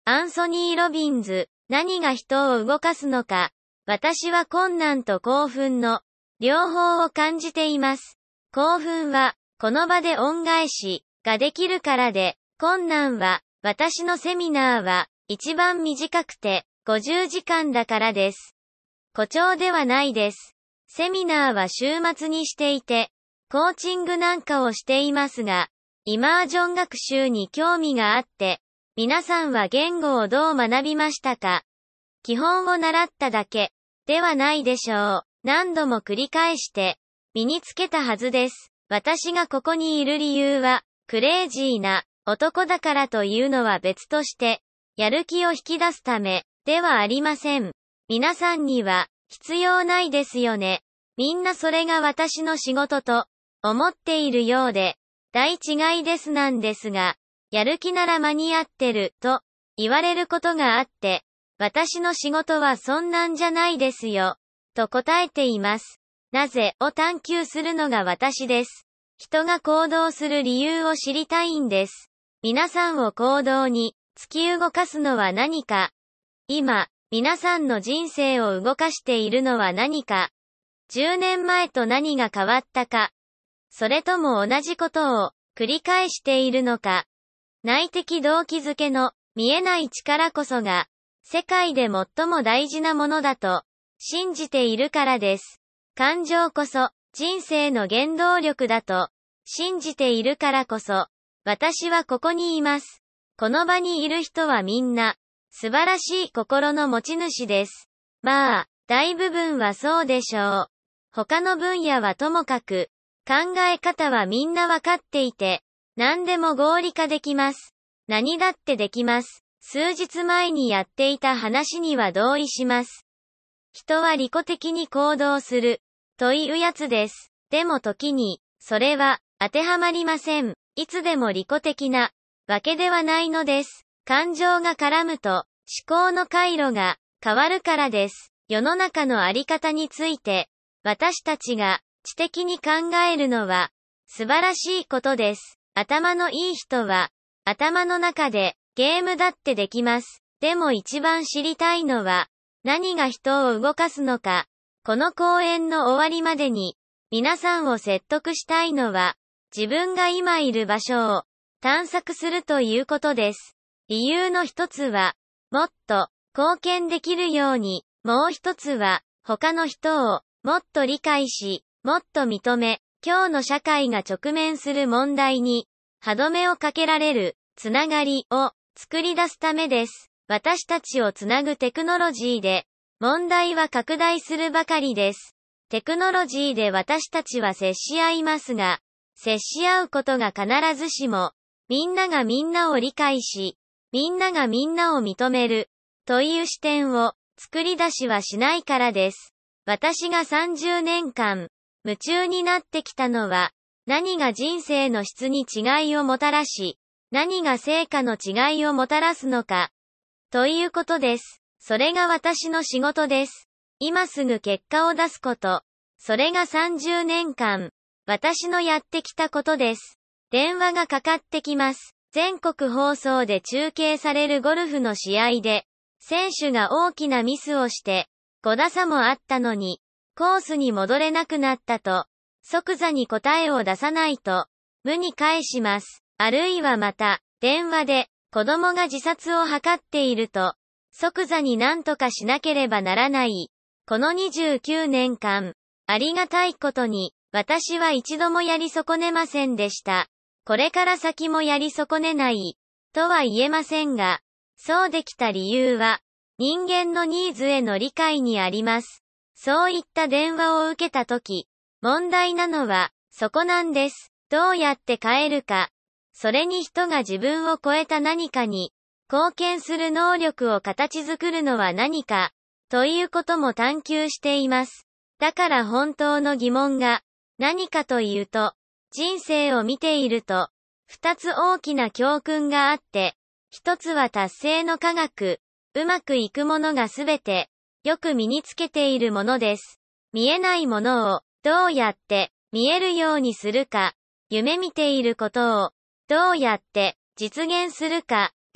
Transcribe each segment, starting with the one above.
アンソニー・ロビンズ、何が人を動かすのか。私は困難と興奮の両方を感じています。興奮は、この場で恩返しができるからで、困難は、私のセミナーは、一番短くて、50時間だからです。誇張ではないです。セミナーは週末にしていて、コーチングなんかをしていますが、イマージョン学習に興味があって、皆さんは言語をどう学びましたか？基本を習っただけ、ではないでしょう。何度も繰り返して、身につけたはずです。私がここにいる理由は、クレイジーな男だからというのは別として、やる気を引き出すため、ではありません。皆さんには、必要ないですよね。みんなそれが私の仕事と、思っているようで、大違いですなんですが、やる気なら間に合ってる、と、言われることがあって、私の仕事はそんなんじゃないですよ、と答えています。なぜを探求するのが私です。人が行動する理由を知りたいんです。皆さんを行動に突き動かすのは何か。今、皆さんの人生を動かしているのは何か。10年前と何が変わったか。それとも同じことを繰り返しているのか。内的動機づけの見えない力こそが世界で最も大事なものだと信じているからです。感情こそ人生の原動力だと信じているからこそ私はここにいます。この場にいる人はみんな素晴らしい心の持ち主です。まあ、大部分はそうでしょう。他の分野はともかく考え方はみんなわかっていて何でも合理化できます。何だってできます。数日前にやっていた話には同意します。人は利己的に行動する、というやつです。でも時に、それは、当てはまりません。いつでも利己的な、わけではないのです。感情が絡むと、思考の回路が、変わるからです。世の中のあり方について、私たちが、知的に考えるのは、素晴らしいことです。頭のいい人は、頭の中で、ゲームだってできます。でも一番知りたいのは、何が人を動かすのか。この講演の終わりまでに、皆さんを説得したいのは、自分が今いる場所を探索するということです。理由の一つは、もっと貢献できるように、もう一つは、他の人をもっと理解し、もっと認め、今日の社会が直面する問題に、歯止めをかけられる、つながりを作り出すためです。私たちをつなぐテクノロジーで、問題は拡大するばかりです。テクノロジーで私たちは接し合いますが、接し合うことが必ずしも、みんながみんなを理解し、みんながみんなを認める、という視点を作り出しはしないからです。私が30年間、夢中になってきたのは、何が人生の質に違いをもたらし、何が成果の違いをもたらすのか、ということです。それが私の仕事です。今すぐ結果を出すこと。それが30年間、私のやってきたことです。電話がかかってきます。全国放送で中継されるゴルフの試合で、選手が大きなミスをして、5打差もあったのに、コースに戻れなくなったと、即座に答えを出さないと、無に返します。あるいはまた、電話で、子供が自殺を図っていると、即座に何とかしなければならない。この29年間、ありがたいことに、私は一度もやり損ねませんでした。これから先もやり損ねない、とは言えませんが、そうできた理由は、人間のニーズへの理解にあります。そういった電話を受けたとき、問題なのは、そこなんです。どうやって変えるか。それに人が自分を超えた何かに、貢献する能力を形作るのは何か、ということも探求しています。だから本当の疑問が、何かというと、人生を見ていると、二つ大きな教訓があって、一つは達成の科学、うまくいくものがすべて、よく身につけているものです。見えないものを、どうやって、見えるようにするか、夢見ていることを、どうやって、実現するか、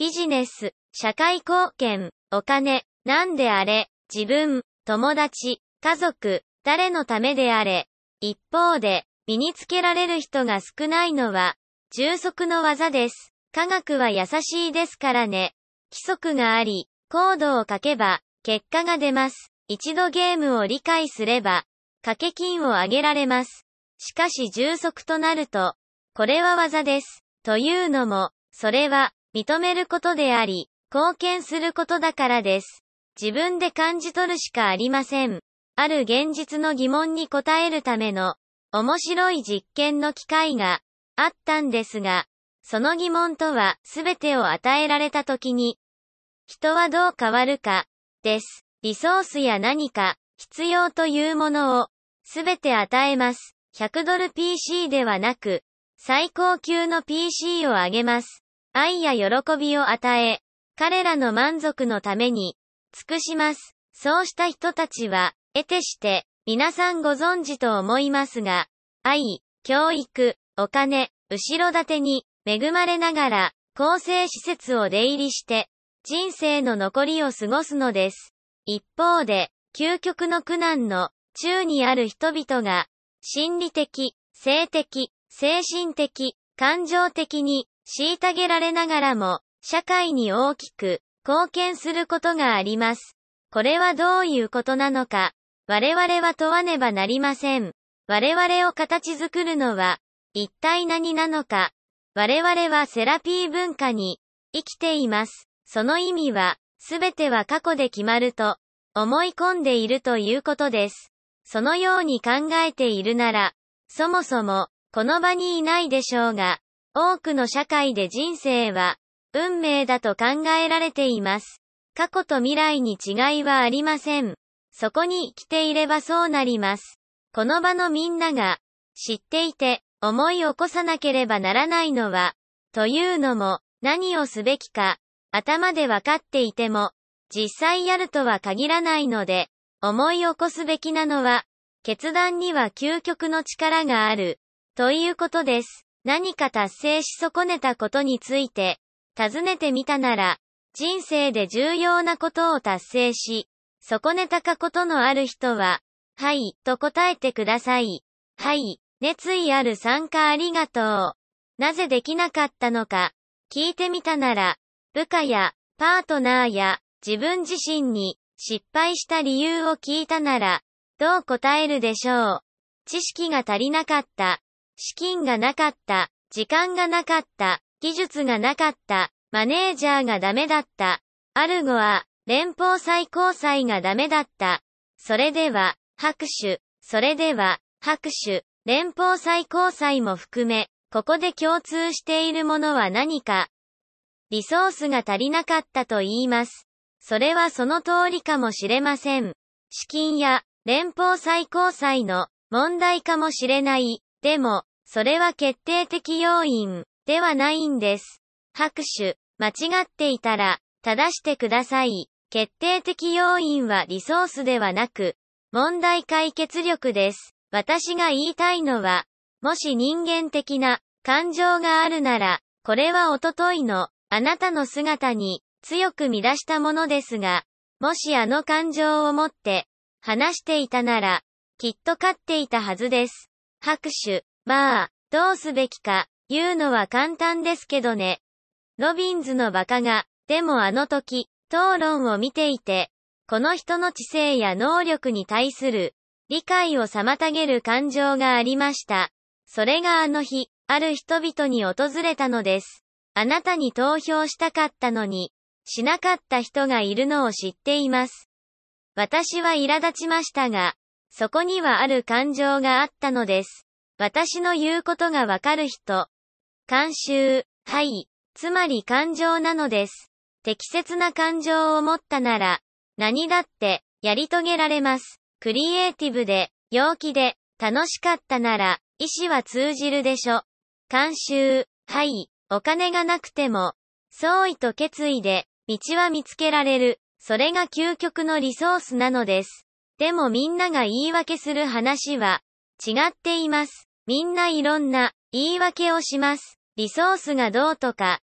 ビジネス、社会貢献、お金、何であれ、自分、友達、家族、誰のためであれ。一方で、身につけられる人が少ないのは、充足の技です。科学は優しいですからね。規則があり、コードを書けば、結果が出ます。一度ゲームを理解すれば、掛け金を上げられます。しかし充足となると、これは技です。というのも、それは、認めることであり、貢献することだからです。自分で感じ取るしかありません。ある現実の疑問に答えるための、面白い実験の機会があったんですが、その疑問とは全てを与えられたときに、人はどう変わるか、です。リソースや何か、必要というものを、全て与えます。$100 PC ではなく、最高級の PC をあげます。愛や喜びを与え、彼らの満足のために、尽くします。そうした人たちは、得てして、皆さんご存知と思いますが、愛、教育、お金、後ろ盾に、恵まれながら、更生施設を出入りして、人生の残りを過ごすのです。一方で、究極の苦難の、中にある人々が、心理的、性的、精神的、感情的に、虐げられながらも、社会に大きく、貢献することがあります。これはどういうことなのか、我々は問わねばなりません。我々を形作るのは、一体何なのか。我々はセラピー文化に、生きています。その意味は、すべては過去で決まると、思い込んでいるということです。そのように考えているなら、そもそも、この場にいないでしょうが、多くの社会で人生は、運命だと考えられています。過去と未来に違いはありません。そこに生きていればそうなります。この場のみんなが、知っていて、思い起こさなければならないのは、というのも、何をすべきか、頭で分かっていても、実際やるとは限らないので、思い起こすべきなのは、決断には究極の力がある、ということです。何か達成し損ねたことについて、尋ねてみたなら、人生で重要なことを達成し、損ねたかことのある人は、はい、と答えてください。はい、熱意ある参加ありがとう。なぜできなかったのか、聞いてみたなら、部下や、パートナーや、自分自身に、失敗した理由を聞いたなら、どう答えるでしょう。知識が足りなかった。資金がなかった。時間がなかった。技術がなかった。マネージャーがダメだった。アルゴア、連邦最高裁がダメだった。それでは、拍手。それでは、拍手。連邦最高裁も含め、ここで共通しているものは何か。リソースが足りなかったと言います。それはその通りかもしれません。資金や、連邦最高裁の問題かもしれない。でも、それは決定的要因ではないんです。拍手。間違っていたら、正してください。決定的要因はリソースではなく、問題解決力です。私が言いたいのは、もし人間的な感情があるなら、これは一昨日のあなたの姿に強く乱したものですが、もしあの感情を持って話していたなら、きっと勝っていたはずです。拍手。まあ、どうすべきか言うのは簡単ですけどね。ロビンズのバカが、でもあの時、討論を見ていて、この人の知性や能力に対する理解を妨げる感情がありました。それがあの日、ある人々に訪れたのです。あなたに投票したかったのに、しなかった人がいるのを知っています。私は苛立ちましたが、そこにはある感情があったのです。私の言うことがわかる人。慣習、はい。つまり感情なのです。適切な感情を持ったなら、何だって、やり遂げられます。クリエイティブで、陽気で、楽しかったなら、意志は通じるでしょ。慣習、はい。お金がなくても、創意と決意で、道は見つけられる。それが究極のリソースなのです。でもみんなが言い訳する話は、違っています。みんないろんな、言い訳をします。リソースがどうとか、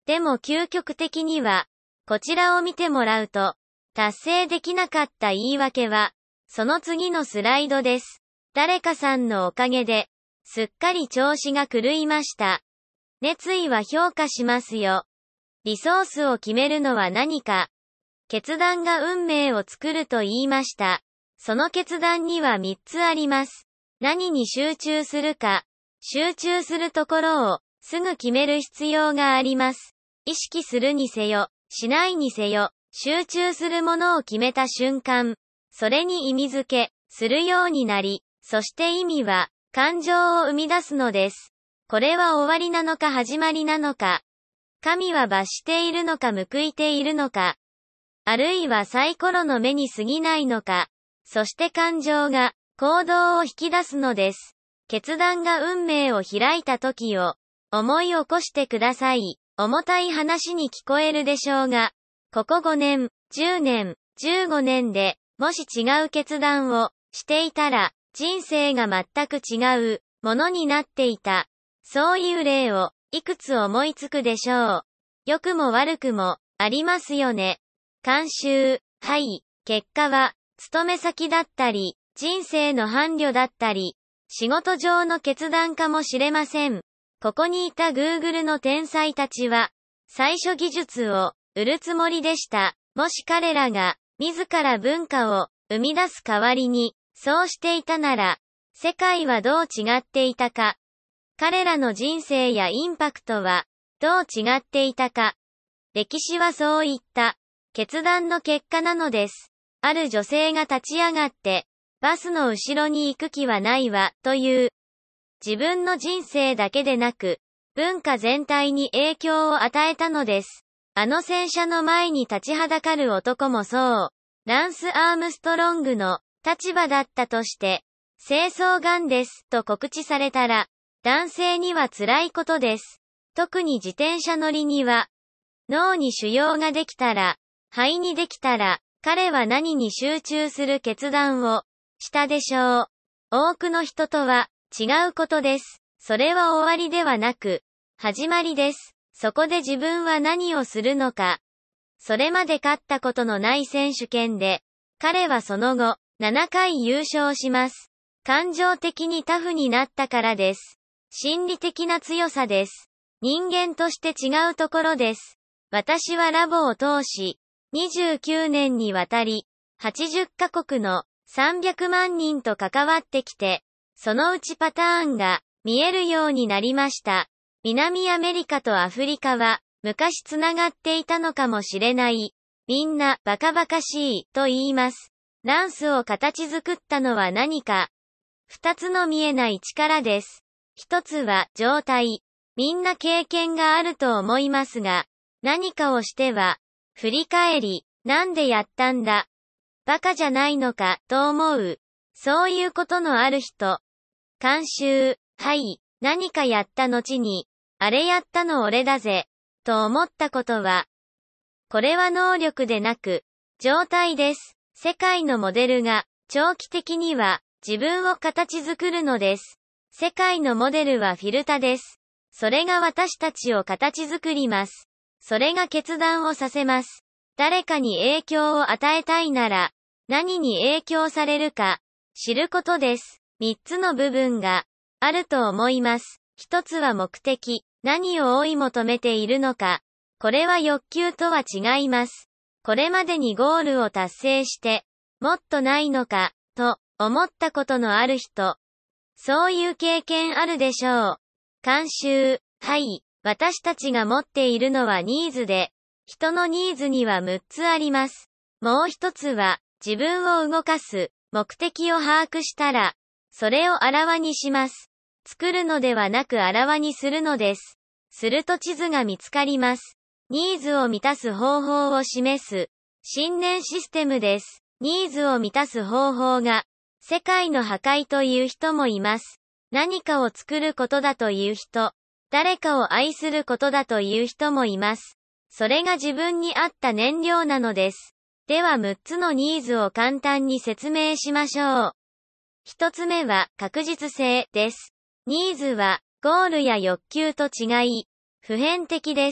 でも究極的には、こちらを見てもらうと、達成できなかった言い訳は、その次のスライドです。誰かさんのおかげで、すっかり調子が狂いました。熱意は評価しますよ。リソースを決めるのは何か。決断が運命を作ると言いました。その決断には3つあります。何に集中するか。集中するところを、すぐ決める必要があります。意識するにせよ、しないにせよ、集中するものを決めた瞬間、それに意味付け、するようになり、そして意味は、感情を生み出すのです。これは終わりなのか始まりなのか。神は罰しているのか報いているのか。あるいはサイコロの目に過ぎないのか。そして感情が、行動を引き出すのです。決断が運命を開いた時を、思い起こしてください。重たい話に聞こえるでしょうが、ここ5年、10年、15年で、もし違う決断をしていたら、人生が全く違うものになっていた。そういう例をいくつ思いつくでしょう。良くも悪くもありますよね。慣習、はい。結果は、勤め先だったり、人生の伴侶だったり、仕事上の決断かもしれません。ここにいた Google の天才たちは、最初技術を売るつもりでした。もし彼らが、自ら文化を生み出す代わりに、そうしていたなら、世界はどう違っていたか。彼らの人生やインパクトは、どう違っていたか。歴史はそういった、決断の結果なのです。ある女性が立ち上がって、バスの後ろに行く気はないわ、という。自分の人生だけでなく、文化全体に影響を与えたのです。あの戦車の前に立ちはだかる男もそう。ランス・アームストロングの立場だったとして、精巣がんですと告知されたら、男性には辛いことです。特に自転車乗りには、脳に腫瘍ができたら、肺にできたら、彼は何に集中する決断をしたでしょう。多くの人とは違うことです。それは終わりではなく、始まりです。そこで自分は何をするのか。それまで勝ったことのない選手権で、彼はその後、7回優勝します。感情的にタフになったからです。心理的な強さです。人間として違うところです。私はラボを通し、29年にわたり、80カ国の300万人と関わってきて、そのうちパターンが見えるようになりました。南アメリカとアフリカは昔つながっていたのかもしれない。みんなバカバカしいと言います。ランスを形作ったのは何か。二つの見えない力です。一つは状態。みんな経験があると思いますが、何かをしては、振り返り、なんでやったんだ。バカじゃないのか、と思う。そういうことのある人。慣習、はい、何かやった後に、あれやったの俺だぜ、と思ったことは、これは能力でなく、状態です。世界のモデルが、長期的には、自分を形作るのです。世界のモデルはフィルタです。それが私たちを形作ります。それが決断をさせます。誰かに影響を与えたいなら、何に影響されるか、知ることです。3つの部分があると思います。1つは目的、何を追い求めているのか。これは欲求とは違います。これまでにゴールを達成して、もっとないのか、と思ったことのある人。そういう経験あるでしょう。慣習、はい。私たちが持っているのはニーズで、人のニーズには6つあります。もう一つは、自分を動かす、目的を把握したら、それをあらわにします。作るのではなくあらわにするのです。すると地図が見つかります。ニーズを満たす方法を示す、信念システムです。ニーズを満たす方法が、世界の破壊という人もいます。何かを作ることだという人、誰かを愛することだという人もいます。それが自分に合った燃料なのです。では6つのニーズを簡単に説明しましょう。1つ目は確実性です。ニーズはゴールや欲求と違い、普遍的です。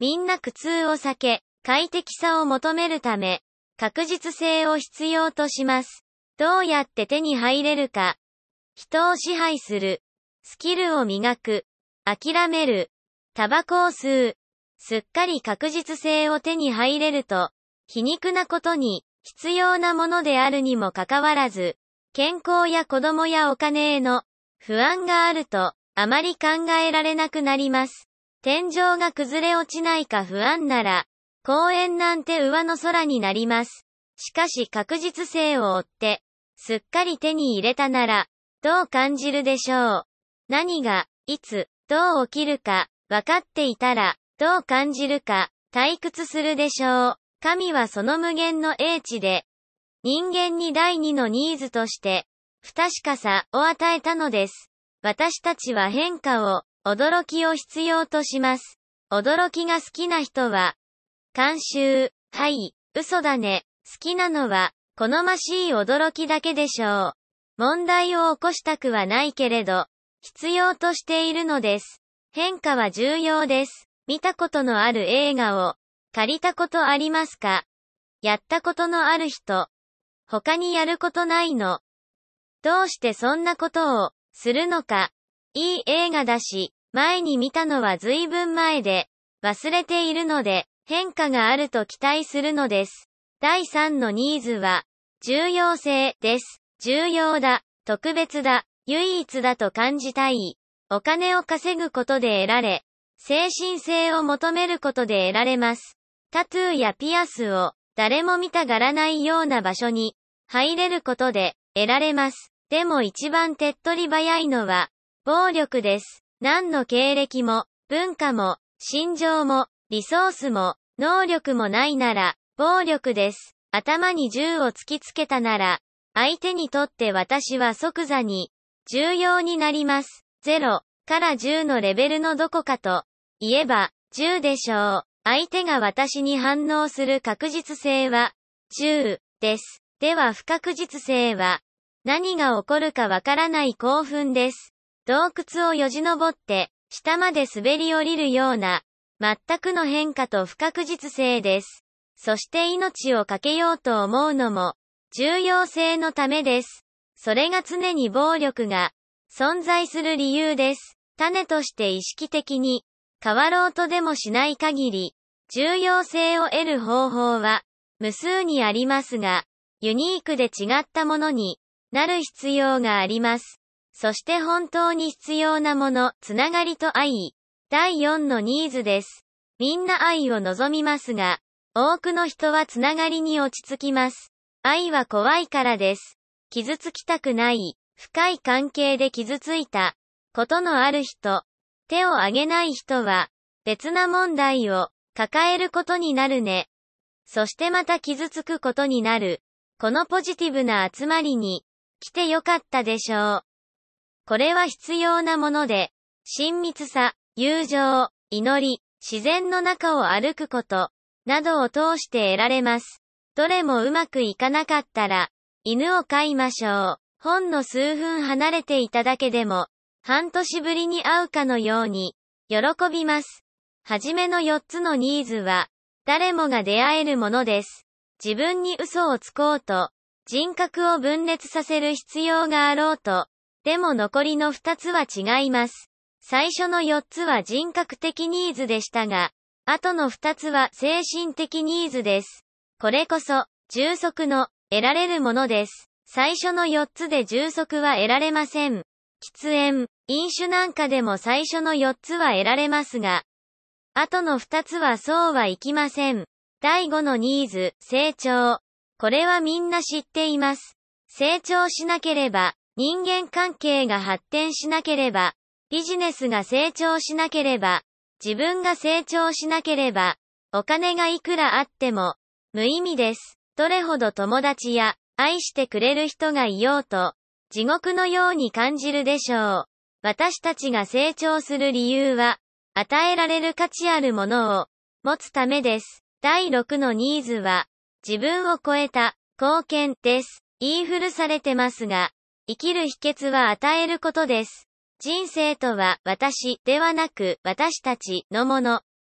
みんな苦痛を避け、快適さを求めるため、確実性を必要とします。どうやって手に入れるか。人を支配する。スキルを磨く。諦める。タバコを吸う。すっかり確実性を手に入れると、皮肉なことに、必要なものであるにもかかわらず、健康や子供やお金への不安があると、あまり考えられなくなります。天井が崩れ落ちないか不安なら、公園なんて上の空になります。しかし確実性を追って、すっかり手に入れたなら、どう感じるでしょう。何が、いつ、どう起きるか、分かっていたら、どう感じるか、退屈するでしょう。神はその無限の英知で、人間に第二のニーズとして、不確かさを与えたのです。私たちは変化を、驚きを必要とします。驚きが好きな人は、慣習、はい、嘘だね。好きなのは、好ましい驚きだけでしょう。問題を起こしたくはないけれど、必要としているのです。変化は重要です。見たことのある映画を、借りたことありますか？やったことのある人。他にやることないの？どうしてそんなことを、するのか？いい映画だし、前に見たのは随分前で、忘れているので、変化があると期待するのです。第3のニーズは、重要性です。重要だ、特別だ、唯一だと感じたい。お金を稼ぐことで得られ、精神性を求めることで得られます。タトゥーやピアスを、誰も見たがらないような場所に、入れることで、得られます。でも一番手っ取り早いのは、暴力です。何の経歴も、文化も、心情も、リソースも、能力もないなら、暴力です。頭に銃を突きつけたなら、相手にとって私は即座に、重要になります。0から10のレベルのどこかと、言えば、10でしょう。相手が私に反応する確実性は、10です。では不確実性は、何が起こるかわからない興奮です。洞窟をよじ登って、下まで滑り降りるような、全くの変化と不確実性です。そして命をかけようと思うのも、重要性のためです。それが常に暴力が、存在する理由です。種として意識的に、変わろうとでもしない限り、重要性を得る方法は、無数にありますが、ユニークで違ったものになる必要があります。そして本当に必要なもの、つながりと愛。第4のニーズです。みんな愛を望みますが、多くの人はつながりに落ち着きます。愛は怖いからです。傷つきたくない、深い関係で傷ついたことのある人。手を挙げない人は、別な問題を抱えることになるね。そしてまた傷つくことになる。このポジティブな集まりに来てよかったでしょう。これは必要なもので、親密さ、友情、祈り、自然の中を歩くこと、などを通して得られます。どれもうまくいかなかったら、犬を飼いましょう。ほんの数分離れていただけでも、半年ぶりに会うかのように、喜びます。はじめの4つのニーズは、誰もが出会えるものです。自分に嘘をつこうと、人格を分裂させる必要があろうと、でも残りの2つは違います。最初の4つは人格的ニーズでしたが、後の2つは精神的ニーズです。これこそ、充足の、得られるものです。最初の4つで充足は得られません。喫煙、飲酒なんかでも最初の4つは得られますが、後の2つはそうはいきません。第5のニーズ、成長。これはみんな知っています。成長しなければ、人間関係が発展しなければ、ビジネスが成長しなければ、自分が成長しなければ、お金がいくらあっても、無意味です。どれほど友達や、愛してくれる人がいようと、地獄のように感じるでしょう。私たちが成長する理由は、与えられる価値あるものを持つためです。第6のニーズは、自分を超えた貢献です。言い古されてますが、生きる秘訣は与えることです。人生とは私ではなく私たちのもの。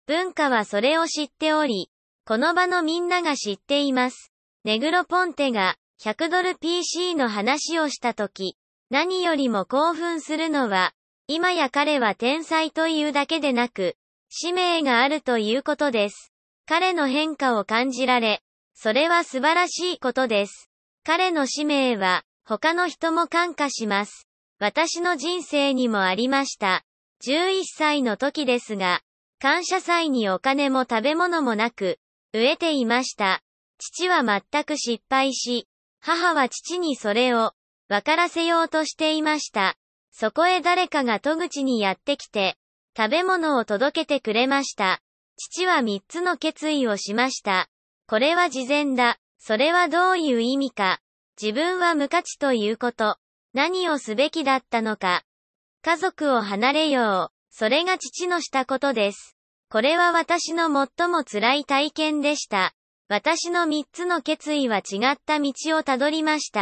文化はそれを知っており、この場のみんなが知っています。ネグロポンテが100ドル PC の話をしたとき、何よりも興奮するのは、今や彼は天才というだけでなく、使命があるということです。彼の変化を感じられ、それは素晴らしいことです。彼の使命は、他の人も感化します。私の人生にもありました。11歳の時ですが、感謝祭にお金も食べ物もなく、飢えていました。父は全く失敗し、母は父にそれを分からせようとしていました。そこへ誰かが戸口にやってきて、食べ物を届けてくれました。父は3つの決意をしました。これは慈善だ。それはどういう意味か。自分は無価値ということ。何をすべきだったのか。家族を離れよう。それが父のしたことです。これは私の最も辛い体験でした。私の3つの決意は違った道をたどりました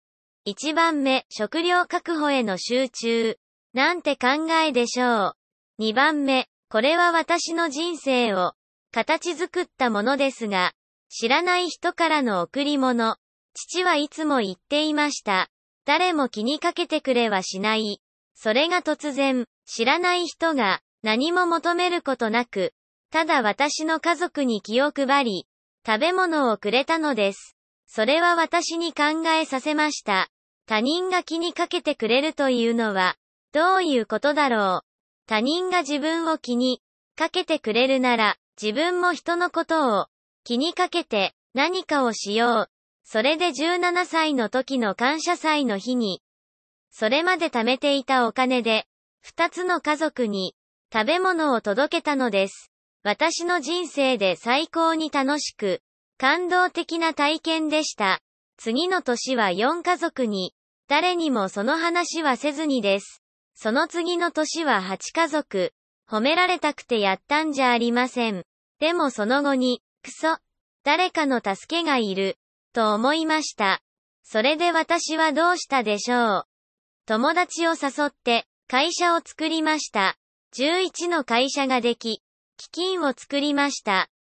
。1番目、食料確保への集中。なんて考えでしょう。2番目、これは私の人生を形作ったものですが、知らない人からの贈り物。父はいつも言っていました。誰も気にかけてくれはしない。それが突然、知らない人が何も求めることなく、ただ私の家族に気を配り、食べ物をくれたのです。それは私に考えさせました。他人が気にかけてくれるというのは、どういうことだろう。他人が自分を気にかけてくれるなら、自分も人のことを気にかけて何かをしよう。それで17歳の時の感謝祭の日に、それまで貯めていたお金で、2つの家族に食べ物を届けたのです。私の人生で最高に楽しく、感動的な体験でした。次の年は4家族に、誰にもその話はせずにです。その次の年は8家族、褒められたくてやったんじゃありません。でもその後に、誰かの助けがいる、と思いました。それで私はどうしたでしょう。友達を誘って、会社を作りました。11の会社ができ、基金を作りました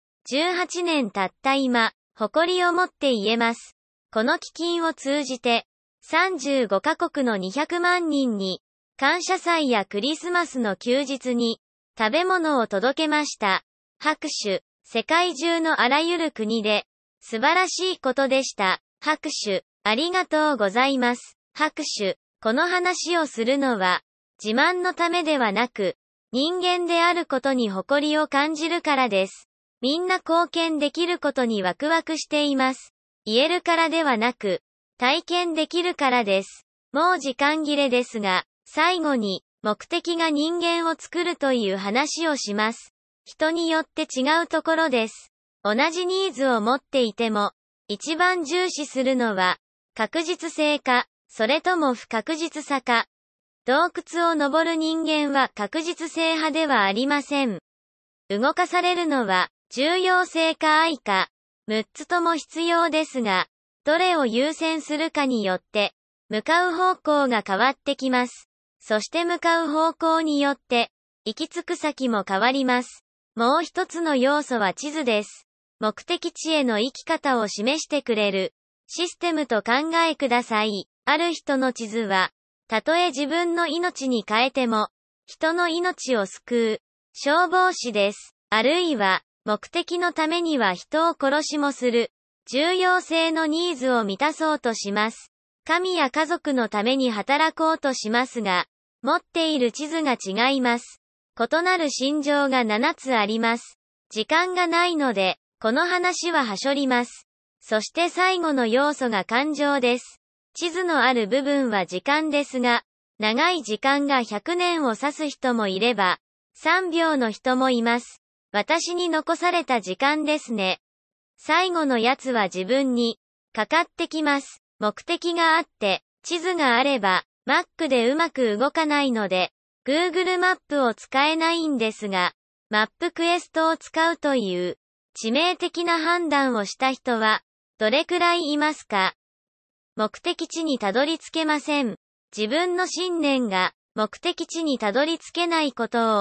。18年経った今、誇りを持って言えます。この基金を通じて、35カ国の200万人に、感謝祭やクリスマスの休日に、食べ物を届けました。拍手、世界中のあらゆる国で、素晴らしいことでした。拍手、ありがとうございます。拍手、この話をするのは、自慢のためではなく、人間であることに誇りを感じるからです。みんな貢献できることにワクワクしています。言えるからではなく、体験できるからです。もう時間切れですが、最後に、目的が人間を作るという話をします。人によって違うところです。同じニーズを持っていても、一番重視するのは、確実性か、それとも不確実さか。洞窟を登る人間は確実性派ではありません。動かされるのは、重要性か愛か、6つとも必要ですが、どれを優先するかによって、向かう方向が変わってきます。そして向かう方向によって、行き着く先も変わります。もう一つの要素は地図です。目的地への生き方を示してくれる、システムと考えください。ある人の地図は、たとえ自分の命に変えても、人の命を救う、消防士です。あるいは、目的のためには人を殺しもする、重要性のニーズを満たそうとします。神や家族のために働こうとしますが、持っている地図が違います。異なる心情が7つあります。時間がないので、この話ははしょります。そして最後の要素が感情です。地図のある部分は時間ですが、長い時間が100年を指す人もいれば、3秒の人もいます。私に残された時間ですね。最後のやつは自分に、かかってきます。目的があって、地図があれば、Mac でうまく動かないので、Google マップを使えないんですが、マップクエストを使うという、致命的な判断をした人は、どれくらいいますか？目的地にたどり着けません。自分の信念が目的地にたどり着けないことを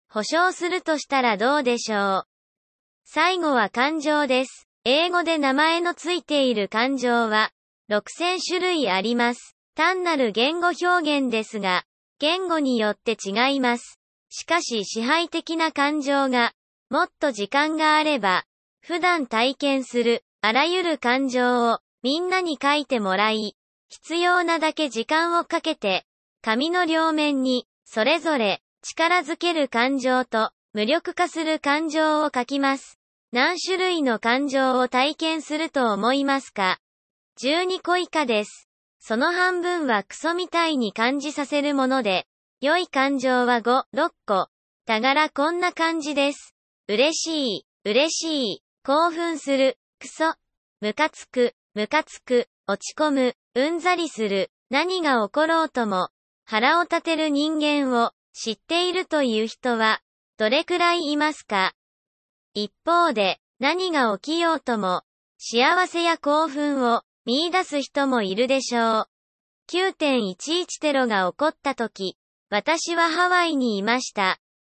保証するとしたらどうでしょう。最後は感情です。英語で名前のついている感情は、6000種類あります。単なる言語表現ですが、言語によって違います。しかし支配的な感情が、もっと時間があれば、普段体験する、あらゆる感情を、みんなに書いてもらい、必要なだけ時間をかけて、紙の両面に、それぞれ、力づける感情と、無力化する感情を書きます。何種類の感情を体験すると思いますか？ 12 個以下です。その半分はクソみたいに感じさせるもので、良い感情は5、6個。だからこんな感じです。嬉しい、嬉しい、興奮する、クソ、ムカつく、ムカつく、落ち込む、うんざりする、何が起ころうとも、腹を立てる人間を知っているという人は、どれくらいいますか？一方で、何が起きようとも、幸せや興奮を見出す人もいるでしょう。9.11 テロが起こった時、私はハワイにいました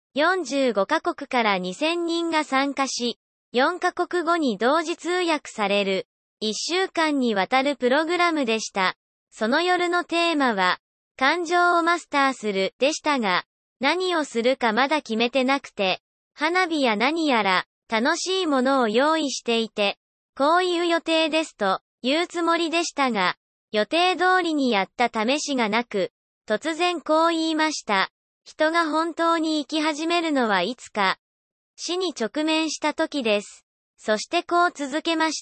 。45カ国から2000人が参加し、4カ国語に同時通訳される、1週間にわたるプログラムでした。その夜のテーマは、感情をマスターする、でしたが、何をするかまだ決めてなくて、花火や何やら、楽しいものを用意していて、こういう予定ですと、言うつもりでしたが、予定通りにやった試しがなく、突然こう言いました。人が本当に生き始めるのはいつか。死に直面した時です。そしてこう続けました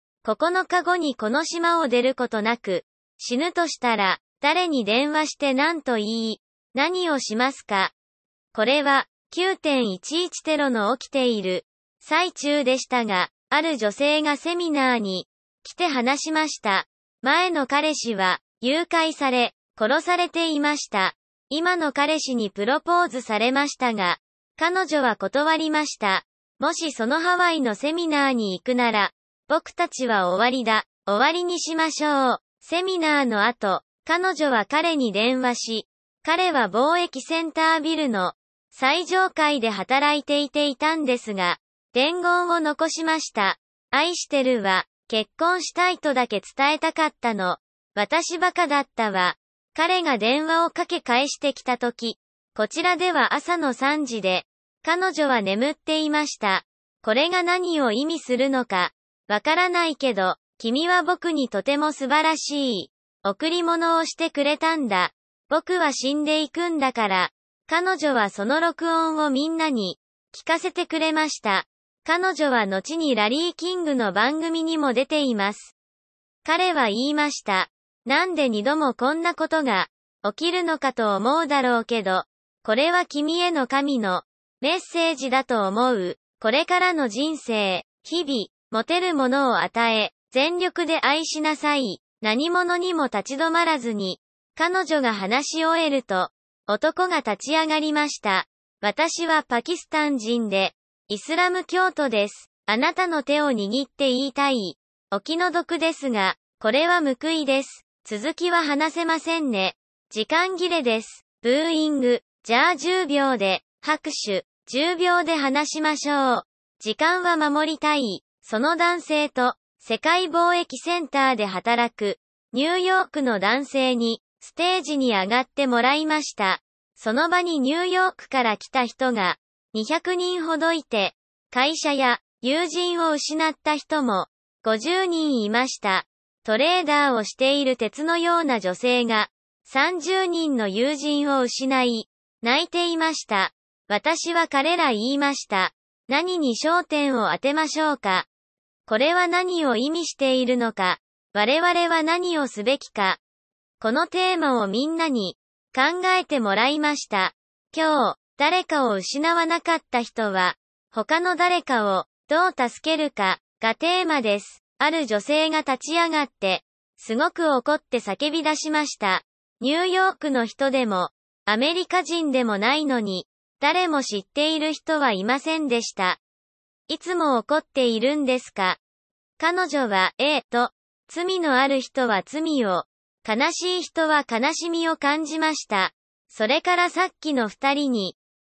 。9日後にこの島を出ることなく、死ぬとしたら、誰に電話して何と言い、何をしますか？これは、9.11 テロの起きている最中でしたが、ある女性がセミナーに来て話しました。前の彼氏は誘拐され、殺されていました。今の彼氏にプロポーズされましたが、彼女は断りました。もしそのハワイのセミナーに行くなら、僕たちは終わりだ、終わりにしましょう。セミナーの後、彼女は彼に電話し、彼は貿易センタービルの最上階で働いていたんですが、伝言を残しました。愛してるわ、結婚したいとだけ伝えたかったの。私バカだったわ。彼が電話をかけ返してきたとき、こちらでは朝の3時で、彼女は眠っていました。これが何を意味するのか、わからないけど、君は僕にとても素晴らしい贈り物をしてくれたんだ。僕は死んでいくんだから。彼女はその録音をみんなに聞かせてくれました。彼女は後にラリー・キングの番組にも出ています。彼は言いました。なんで2度もこんなことが起きるのかと思うだろうけど、これは君への神のメッセージだと思う。これからの人生、日々、持てるものを与え、全力で愛しなさい。何者にも立ち止まらずに、彼女が話し終えると、男が立ち上がりました。私はパキスタン人で、イスラム教徒です。あなたの手を握って言いたい。お気の毒ですが、これは報いです。続きは話せませんね。時間切れです。ブーイング。じゃあ10秒で、拍手。10秒で話しましょう。時間は守りたい。その男性と、世界貿易センターで働く、ニューヨークの男性に、ステージに上がってもらいました。その場にニューヨークから来た人が、200人ほどいて、会社や友人を失った人も、50人いました。トレーダーをしている鉄のような女性が、30人の友人を失い、泣いていました。私は彼ら言いました。何に焦点を当てましょうか。これは何を意味しているのか。我々は何をすべきか。このテーマをみんなに考えてもらいました。今日、誰かを失わなかった人は、他の誰かをどう助けるかがテーマです。ある女性が立ち上がって、すごく怒って叫び出しました。ニューヨークの人でも、アメリカ人でもないのに、誰も知っている人はいませんでした。いつも怒っているんですか？彼女は、罪のある人は罪を、悲しい人は悲しみを感じました。それからさっきの2人に、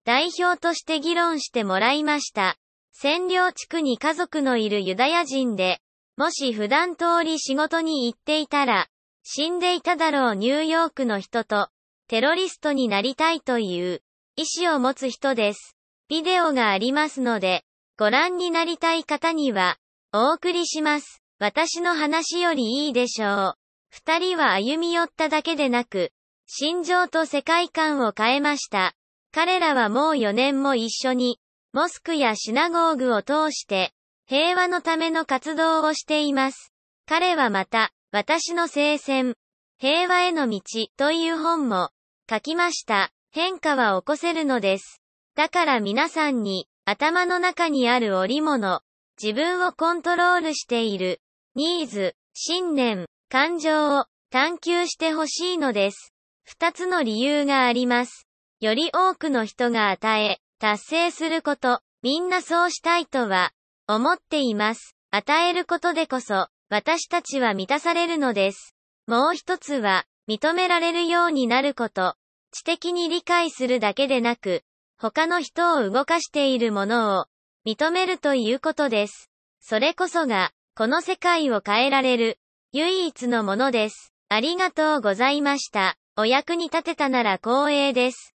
代表として議論してもらいました。占領地区に家族のいるユダヤ人で、もし普段通り仕事に行っていたら、死んでいただろうニューヨークの人と、テロリストになりたいという意思を持つ人です。ビデオがありますので、ご覧になりたい方には、お送りします。私の話よりいいでしょう。二人は歩み寄っただけでなく、心情と世界観を変えました。彼らはもう4年も一緒に、モスクやシナゴーグを通して、平和のための活動をしています。彼はまた、私の聖戦、平和への道という本も書きました。変化は起こせるのです。だから皆さんに、頭の中にある織物、自分をコントロールしている、ニーズ、信念、感情を探求してほしいのです。二つの理由があります。より多くの人が与え、達成すること、みんなそうしたいとは思っています。与えることでこそ、私たちは満たされるのです。もう一つは、認められるようになること。知的に理解するだけでなく、他の人を動かしているものを認めるということです。それこそが、この世界を変えられる、唯一のものです。ありがとうございました。お役に立てたなら光栄です。